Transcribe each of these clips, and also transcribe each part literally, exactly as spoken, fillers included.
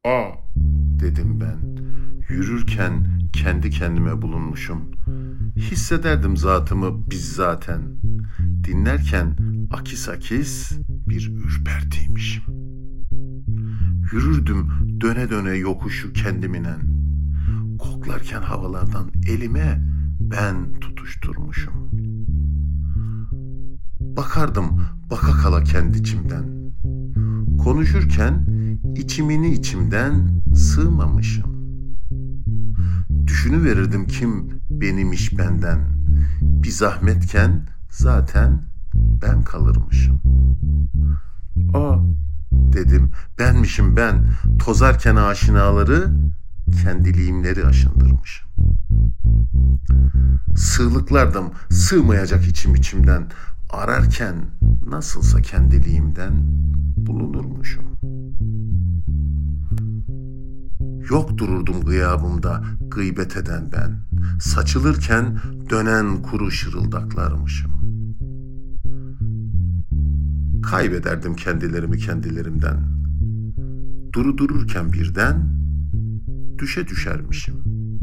Aa, dedim ben. Yürürken kendi kendime bulunmuşum. Hissederdim zatımı biz zaten. Dinlerken akis akis bir ürpertiymişim. Yürürdüm döne döne yokuşu kendiminen. Koklarken havalardan elime ben tutuşturmuşum. Bakardım baka kala kendi içimden. Konuşurken içimini içimden sığmamışım. Düşünüverirdim kim benimmiş benden. Bir zahmetken zaten ben kalırmışım. Aa, dedim, benmişim ben. Tozarken aşinaları, kendiliğimleri aşındırmışım. Sığlıklardım sığmayacak içim içimden. Ararken nasılsa kendiliğimden bulunurmuşum. Yok dururdum gıyabımda gıybet eden ben. Saçılırken dönen kuru şırıldaklarmışım. Kaybederdim kendilerimi kendilerimden. Duru dururken birden düşe düşermişim.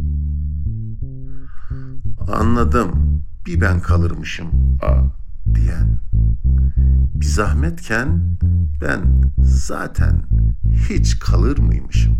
Anladım, bir ben kalırmışım a diyen. Bir zahmetken ben zaten hiç kalır mıymışım?